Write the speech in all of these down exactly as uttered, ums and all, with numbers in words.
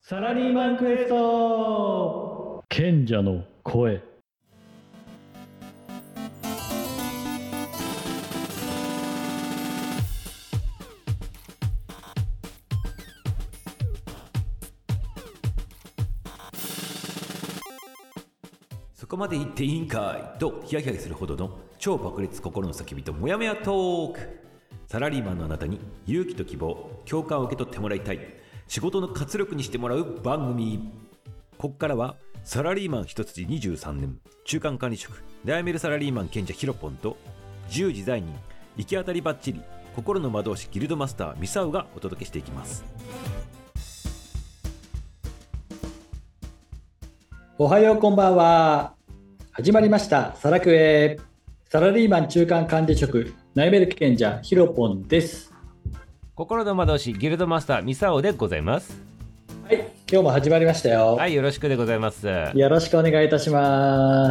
サラリーマンクエスト賢者の声。 そこまで言っていいんかいとヒヤヒヤするほどの超爆裂心の叫びとモヤモヤトーク。サラリーマンのあなたに勇気と希望、共感を受け取ってもらいたい、仕事の活力にしてもらう番組。ここからはサラリーマン一筋にじゅうさんねん、中間管理職、悩めるサラリーマン賢者ヒロポンと自由自在人、行き当たりばっちり心の魔導士ギルドマスターミサウがお届けしていきます。 おはよう、こんばんは。始まりましたサラクエ。サラリーマン中間管理職、悩める賢者ヒロポンです。 心の魔導士ギルドマスターミサオでございます。 はい、今日も始まりましたよ。 はい、よろしくでございます。 よろしくお願いいたします。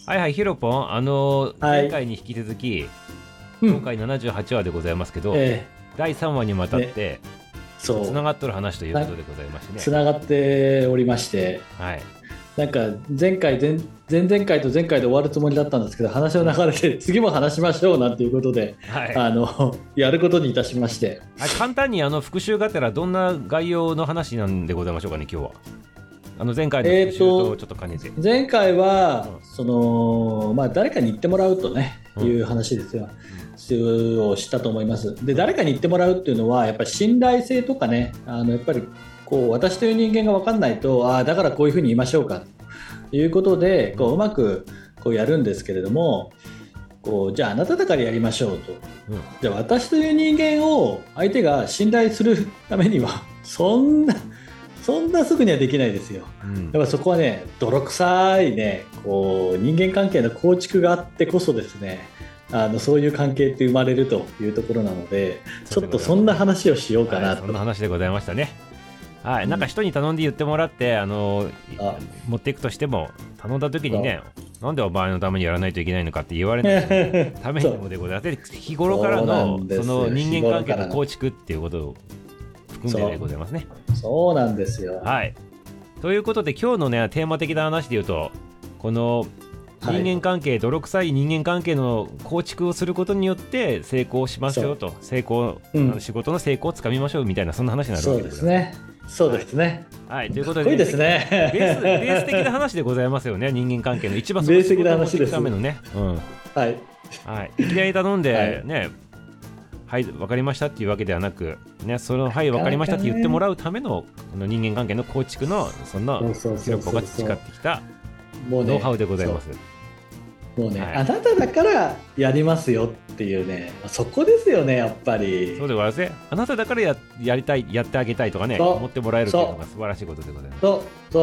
はいはい、ヒロポン、あの、はい、前回に引き続き、うん、今回ななじゅうはちわでございますけど、えー、だいさんわにわたって、ね、そうつながっとる話ということでございましてね。 つながっておりまして、はい、なんか前回 前, 前々回と前回で終わるつもりだったんですけど、話の流れで次も話しましょうなんていうことで、はい、あのやることにいたしまして、 はい、簡単にあの復習がてらどんな概要の話なんでございましょうかね。今日はあの前回の復習とちょっと兼ねて、えー、 前回は、うん、そのまあ、誰かに言ってもらうとね、うん、いう話ですよ、うん、をしたと思います。で、誰かに言ってもらうっていうのはやっぱり信頼性とかね、あのやっぱりこう私という人間が分かんないと、ああだからこういうふうに言いましょうかということでこううまくこうやるんですけれども、こうじゃああなただからやりましょうと、うん、じゃあ私という人間を相手が信頼するためにはそんなそんなすぐにはできないですよ、うん、だからそこはね、泥臭いね、こう人間関係の構築があってこそですね、あのそういう関係って生まれるというところなので、ちょっとそんな話をしようかなと、はい、 そんな話でございましたね。はい、なんか人に頼んで言ってもらって、あのあ持っていくとしても、頼んだ時にね、なんでお前のためにやらないといけないのかって言われないためにもでございます。日頃からの そ, その人間関係の構築っていうことを含んででございますね。 そう、そうなんですよ。 はい。ということで今日のね、テーマ的な話で言うと、この人間関係、はい、泥臭い人間関係の構築をすることによって成功しますよと、成功、うん、仕事の成功をつかみましょうみたいな、そんな話になるわけです。 そうですね。そうですね。 はい、はい、ということで、 かっこいいですね。 ベース、ベース的な話でございますよね。人間関係の一番ベース的な話です。 ためのね、うん、はい、はい、いきなり頼んでね、はい、わかりましたっていうわけではなく、ね、そのはいわかりましたって言ってもらうためのこの人間関係の構築のそんなヒロポが培ってきたノウハウでございます。 もうね、はい、あなただからやりますよっていうね、そこですよね、やっぱり。 そうでございますね。あなただから や, やりたい、やってあげたいとかね、思ってもらえるっていうのが素晴らしいことでございます。 そうそう、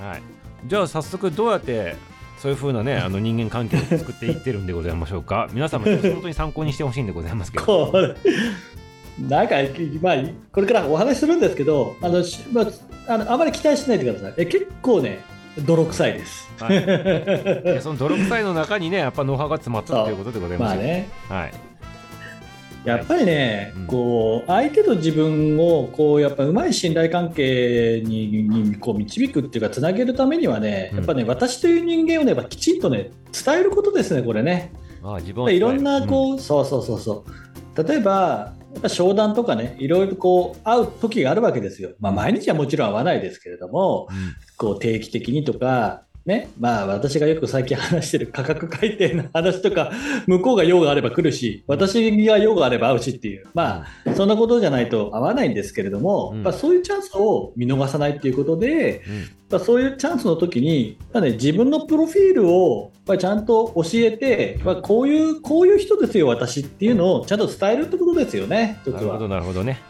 はい、じゃあ早速どうやってそういう風なね、あの人間関係を作っていってるんでございましょうか。皆様本当に参考にしてほしいんでございますけどこれなんか、まあ、これからお話しするんですけど、あの、まあ、あのあまり期待しないでください。え結構ね、泥臭いです、 はい、いやその泥臭いの中にね、やっぱノウハウが詰まったということでございますよ。 まあね、 はい、 やっぱりね、うん、こう相手と自分をこうやっぱうまい信頼関係 に, にこう導くっていうかつなげるためにはね、うん、やっぱね、私という人間をね、きちんとね伝えることですね、これね。 ああ、自分をいろんなこう、うん、そうそうそうそう、例えばやっぱ商談とかね、いろいろこう会う時があるわけですよ。まあ、毎日はもちろん会わないですけれども、うん、こう定期的にとかね、まあ私がよく最近話してる価格改定の話とか、向こうが用があれば来るし、私が用があれば会うしっていう、まあそんなことじゃないと会わないんですけれども、うん、まあ、そういうチャンスを見逃さないっていうことで、うん、まあ、そういうチャンスの時に、まあね、自分のプロフィールをまあちゃんと教えて、まあ、こういうこういう人ですよ私っていうのをちゃんと伝えるってことですよね。 なるほどなるほどね。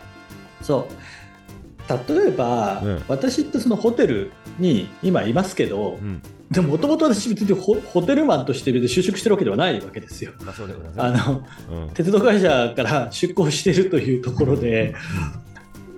そう例えば、うん、私ってそのホテルに今いますけど、うん、でももともと私別に ホ, ホテルマンとして就職してるわけではないわけですよ。 まあ、そうでございます。 あの、うん、鉄道会社から出向しているというところで、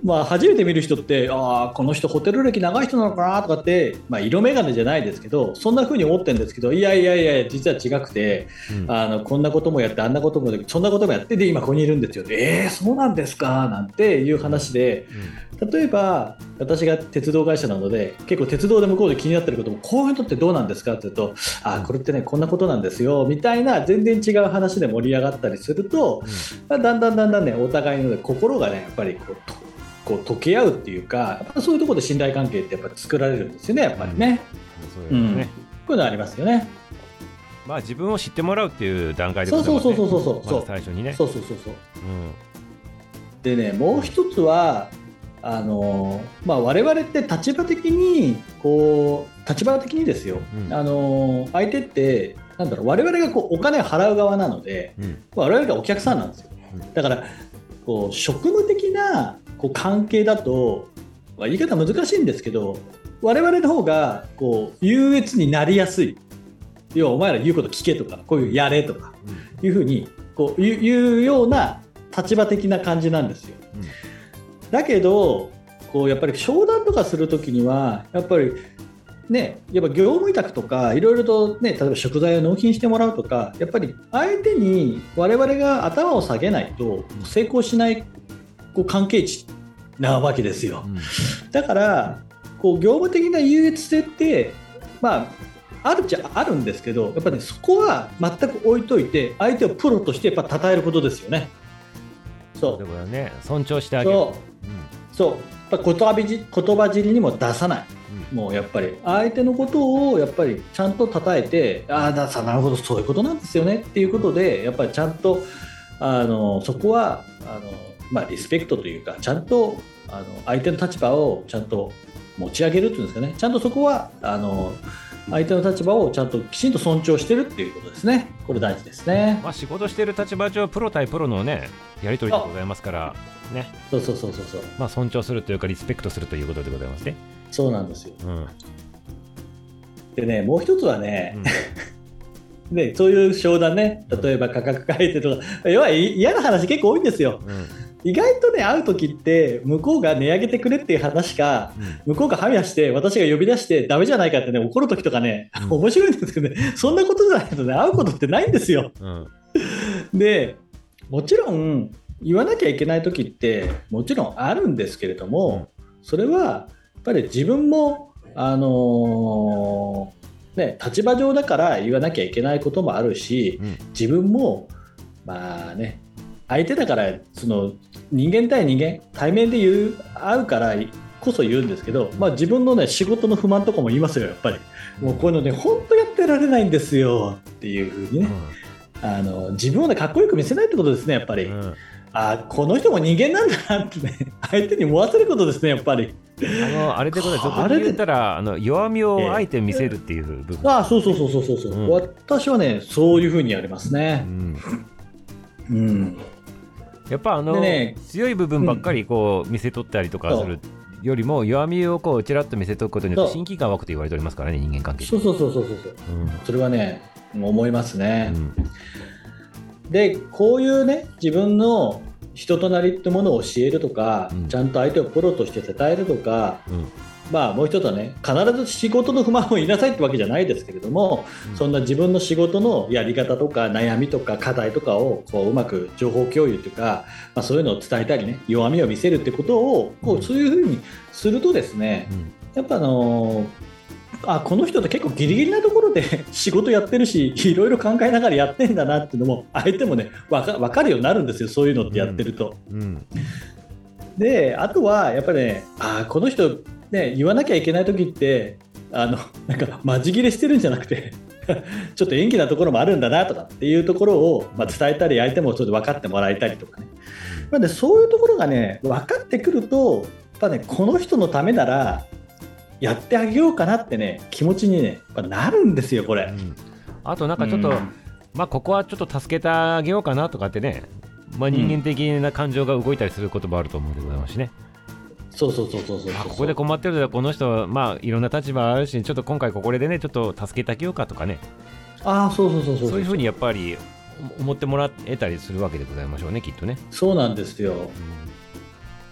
まあ、初めて見る人ってああこの人ホテル歴長い人なのかなとかって、まあ、色眼鏡じゃないですけどそんな風に思ってるんですけどいやいやいや実は違くて、うん、あのこんなこともやってあんなこともそんなこともやってで今ここにいるんですよえー、そうなんですかなんていう話で、うん、例えば私が鉄道会社なので結構鉄道で向こうで気になってることもこういうのってどうなんですかって言うとあこれってねこんなことなんですよみたいな全然違う話で盛り上がったりすると、うん、だんだんだんだんねお互いの、ね、心がねやっぱりこうこう溶け合うっていうかやっぱそういうところで信頼関係ってやっぱ作られるんですよねやっぱりね、うん、そういうのね、うん、こういうのありますよね。 まあ自分を知ってもらうっていう段階でございますね。そうそうそうそうそう、まず最初にね。 そうそうそうそう、うん、でねもう一つはあのまあ我々って立場的にこう立場的にですよ、うん、あの相手ってなんだろう我々がこうお金を払う側なので、うん、我々がお客さんなんですよ。だからこう職務的なこう関係だと、まあ、言い方難しいんですけど我々の方がこう優越になりやすい要はお前ら言うこと聞けとかこういうやれとかいうふうにこういうような立場的な感じなんですよ、うん、だけどこうやっぱり商談とかするときにはやっぱりね、やっぱ業務委託とかいろいろと、ね、例えば食材を納品してもらうとかやっぱり相手に我々が頭を下げないと成功しないこう関係値なわけですよ、うん、だからこう業務的な優越性ってまああるっちゃあるんですけどやっぱり、ね、そこは全く置いといて相手をプロとしてやっぱ称えることですよね。 そうだからね尊重してあげる。 そう、うん、そうやっぱ言葉じ言葉尻にも出さない、うん、もうやっぱり相手のことをやっぱりちゃんと称えてああださなるほどそういうことなんですよねっていうことでやっぱりちゃんとあのそこはあの、まあ、リスペクトというかちゃんとあの相手の立場をちゃんと持ち上げるっていうんですかねちゃんとそこはあの相手の立場をちゃんときちんと尊重してるっていうことですね。これ大事ですね。 まあ、仕事してる立場上プロ対プロのねやり取りでございますからね。 そうそうそうそうそう。 まあ尊重するというかリスペクトするということでございますね。 そうなんですよ。うん、でねもう一つはね、うん、でそういう商談ね例えば価格改定とか要は嫌な話結構多いんですよ。うん意外とね会う時って向こうが値上げてくれっていう話か、うん、向こうがはみ出して私が呼び出してダメじゃないかってね怒る時とかね、うん、面白いんですけどねそんなことじゃないとね会うことってないんですよ、うん、でもちろん言わなきゃいけない時ってもちろんあるんですけれども、うん、それはやっぱり自分もあのーね、立場上だから言わなきゃいけないこともあるし、うん、自分もまあね相手だからその人間対人間対面で言う会うからこそ言うんですけど、まあ、自分のね仕事の不満とかも言いますよやっぱりもうこういうのね本当やってられないんですよっていう風にね、うん、あの自分をねかっこよく見せないってことですねやっぱり、うん、あこの人も人間なんだなってね相手に思わせることですねやっぱりあのあれでことで俗に言ったらあの弱みを相手に見せるっていう部分、 えー、あそうそうそうそうそう、うん、私はねそういう風にやりますねうん、 うんやっぱあの、ね、強い部分ばっかりこう見せとったりとかするよりも、うん、弱みをこうちらっと見せとくことによって親近感湧くと言われておりますからね人間関係。 そうそうそうそうそう、うん、それはね思いますね、うん、でこういうね自分の人となりってものを教えるとか、うん、ちゃんと相手をプロとして伝えるとか、うんまあ、もう一つはね必ず仕事の不満を言いなさいってわけじゃないですけれども、うん、そんな自分の仕事のやり方とか悩みとか課題とかをこううまく情報共有というか、まあ、そういうのを伝えたりね弱みを見せるってことをこうそういうふうにするとですね、うん、やっぱあのー、あこの人って結構ギリギリなところで仕事やってるしいろいろ考えながらやってんだなっていうのも相手もね分か、分かるようになるんですよそういうのってやってると、うんうん、であとはやっぱりねあこの人ね、言わなきゃいけない時ってあのなんかマジ切れしてるんじゃなくてちょっと演技なところもあるんだなとかっていうところを、まあ、伝えたり相手もちょっと分かってもらえたりとかね、なのでそういうところがね分かってくるとやっぱ、ね、この人のためならやってあげようかなってね気持ちに、ね、やっぱなるんですよこれ、うん、 あとなんかちょっと、うんまあ、ここはちょっと助けてあげようかなとかってね、まあ、人間的な感情が動いたりすることもあると思うんでございますしね、 そうそうそうそうそうここで困ってるのはこの人はまあいろんな立場あるしちょっと今回ここでねちょっと助けてあげようかとかねああそうそうそうそうそういうふうにやっぱり思ってもらえたりするわけでございましょうねきっとね。 そうなんですよ、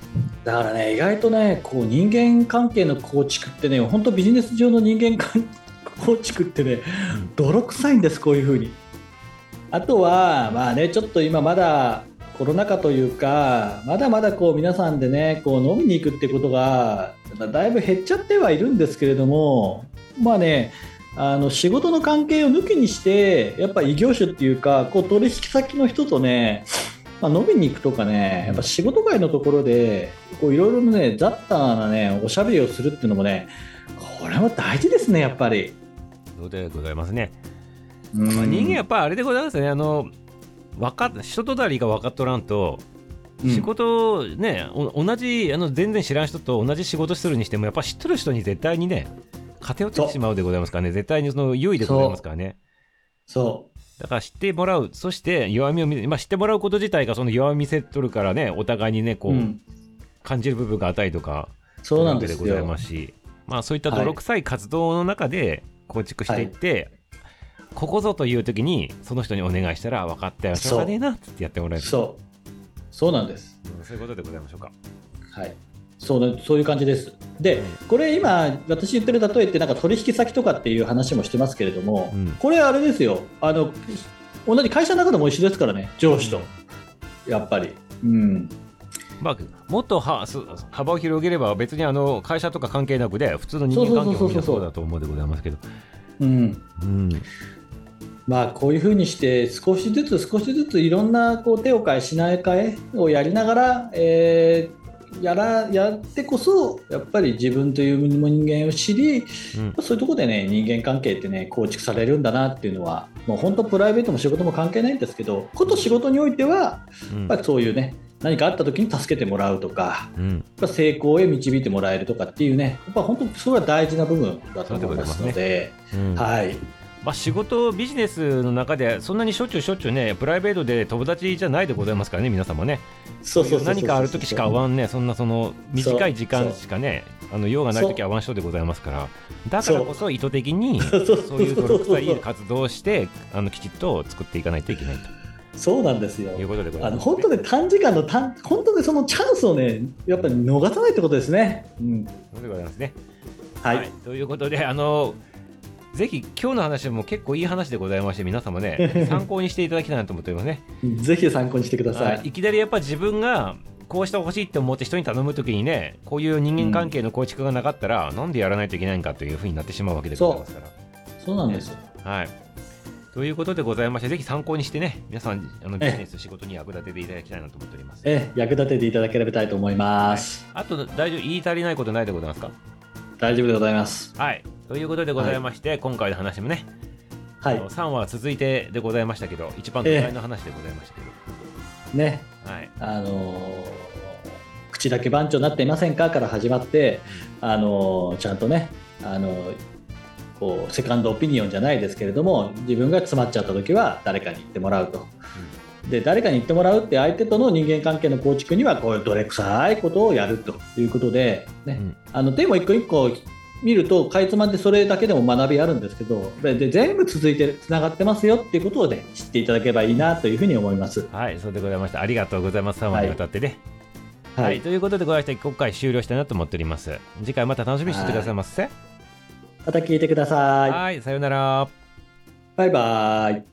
だからね、意外とね、こう人間関係の構築ってね、本当ビジネス上の人間関構築ってね、泥臭いんです、こういうふうに。あとは、まあね、ちょっと今まだコロナ禍というか、まだまだこう皆さんでね、こう飲みに行くってことが、だいぶ減っちゃってはいるんですけれども、まあね、あの仕事の関係を抜きにして、やっぱ異業種っていうか、こう取引先の人とね、まあ、飲みに行くとかね、やっぱ仕事外のところで、こういろいろね、雑多なね、おしゃべりをするっていうのもね、これも大事ですね、やっぱり。 そうでございますね。 うん、 まあ、人間やっぱあれでございますね。あの分かっ人となりが分かっとらんと、仕事ね、うん、同じあの全然知らん人と同じ仕事するにしても、やっぱ知っとる人に絶対にね、偏ってしまうでございますからね。絶対にその優位でございますからね。そうだから知ってもらう、そして弱みを見、まあ、知ってもらうこと自体がその弱み見せとるからね、お互いにねこう、うん、感じる部分があったりとかそうなんですよ。 でございますし、まあ、そういった泥臭い活動の中で構築していって、はい、ここぞという時にその人にお願いしたら、分かったよ、しょうがねえなってやってもらえる。 そうそうなんです、 うん、そういうことでございましょうか。 はい、そうそういう感じです。で、これ今私言ってる例えってなんか取引先とかっていう話もしてますけれども、うん、これあれですよ、あの同じ会社の中でも一緒ですからね、上司と、うん、やっぱり、うんまあ、もっとは幅を広げれば別にあの会社とか関係なくで普通の人間関係もみんなそうだと思うでございますけど、うんうん、 まあこういうふうにして少しずつ少しずついろんなこう手を変え品替えをやりながら、えー、やらやってこそやっぱり自分という人間を知り、うん、そういうところでね人間関係ってね構築されるんだなっていうのはもう本当プライベートも仕事も関係ないんですけど、こと仕事においてはやっぱりそういうね、何かあった時に助けてもらうとか、うん、やっぱ成功へ導いてもらえるとかっていうね、やっぱ本当それは大事な部分だと思いますので、はい。 まあ、仕事ビジネスの中でそんなにしょっちゅうしょっちゅうねプライベートで友達じゃないでございますからね、皆様ね。そうそうそうそう、何かある時しか会わんね、そんなその短い時間しかねあの用がない時は会わん人でございますから、だからこそ意図的にそういう泥臭い活動をしてあのきちっと作っていかないといけないと。 そうなんですよ。 いうことでございますね。 あの本当に短時間の短本当にそのチャンスをねやっぱり逃さないってことですね。うん。 そうでございますね。 はい。 はい、ということであのぜひ今日の話も結構いい話でございまして、皆様ね参考にしていただきたいなと思っておりますね。 ぜひ参考にしてください。 いきなりやっぱ自分がこうしてほしいって思って人に頼むときにね、こういう人間関係の構築がなかったら、うん、なんでやらないといけないんかというふうになってしまうわけでございますから。 そう、そうなんですよ。 ね、はい。ということでございまして、ぜひ参考にしてね、皆さんあのビジネス仕事に役立てていただきたいなと思っております。 え役立てていただければたいと思います。 はい、あと大丈夫、言い足りないことないでございますか？ 大丈夫でございます。 はい。ということでございまして、はい、今回の話もね、はい、さんわ続いてでございましたけど、一番都会の話でございましたけど、 えー、ね、はい、あのー、口だけ番長になっていませんかから始まって、あのー、ちゃんとね、あのー、こうセカンドオピニオンじゃないですけれども、自分が詰まっちゃった時は誰かに言ってもらうと。うん、で誰かに言ってもらうって相手との人間関係の構築にはこういうどれくさいことをやるということで、ね、うん、あのテーマ一個一個見るとかいつまんでそれだけでも学びあるんですけど、で全部続いてつながってますよっていうことを、ね、知っていただければいいなというふうに思います。 はい、そうでございました。ありがとうございます。さんわにわたってね、はいはい、ということでございまして今回終了したいなと思っております。次回また楽しみにしててくださいませ。 また聞いてください。 はい、さようなら。 バイバイ。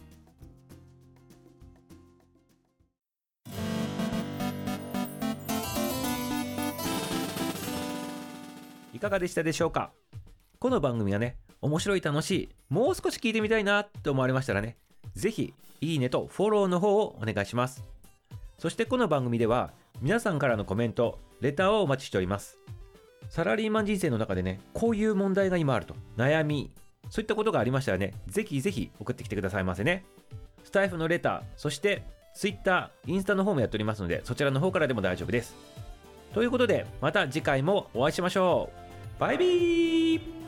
いかがでしたでしょうか？この番組がね、面白い楽しい、もう少し聞いてみたいなと思われましたらね、ぜひいいねとフォローの方をお願いします。そしてこの番組では皆さんからのコメント、レターをお待ちしております。サラリーマン人生の中でね、こういう問題が今あると、悩み、そういったことがありましたらね、ぜひぜひ送ってきてくださいませね。スタイフのレター、そしてツイッター、インスタの方もやっておりますので、そちらの方からでも大丈夫です。ということで、また次回もお会いしましょう。バイビー。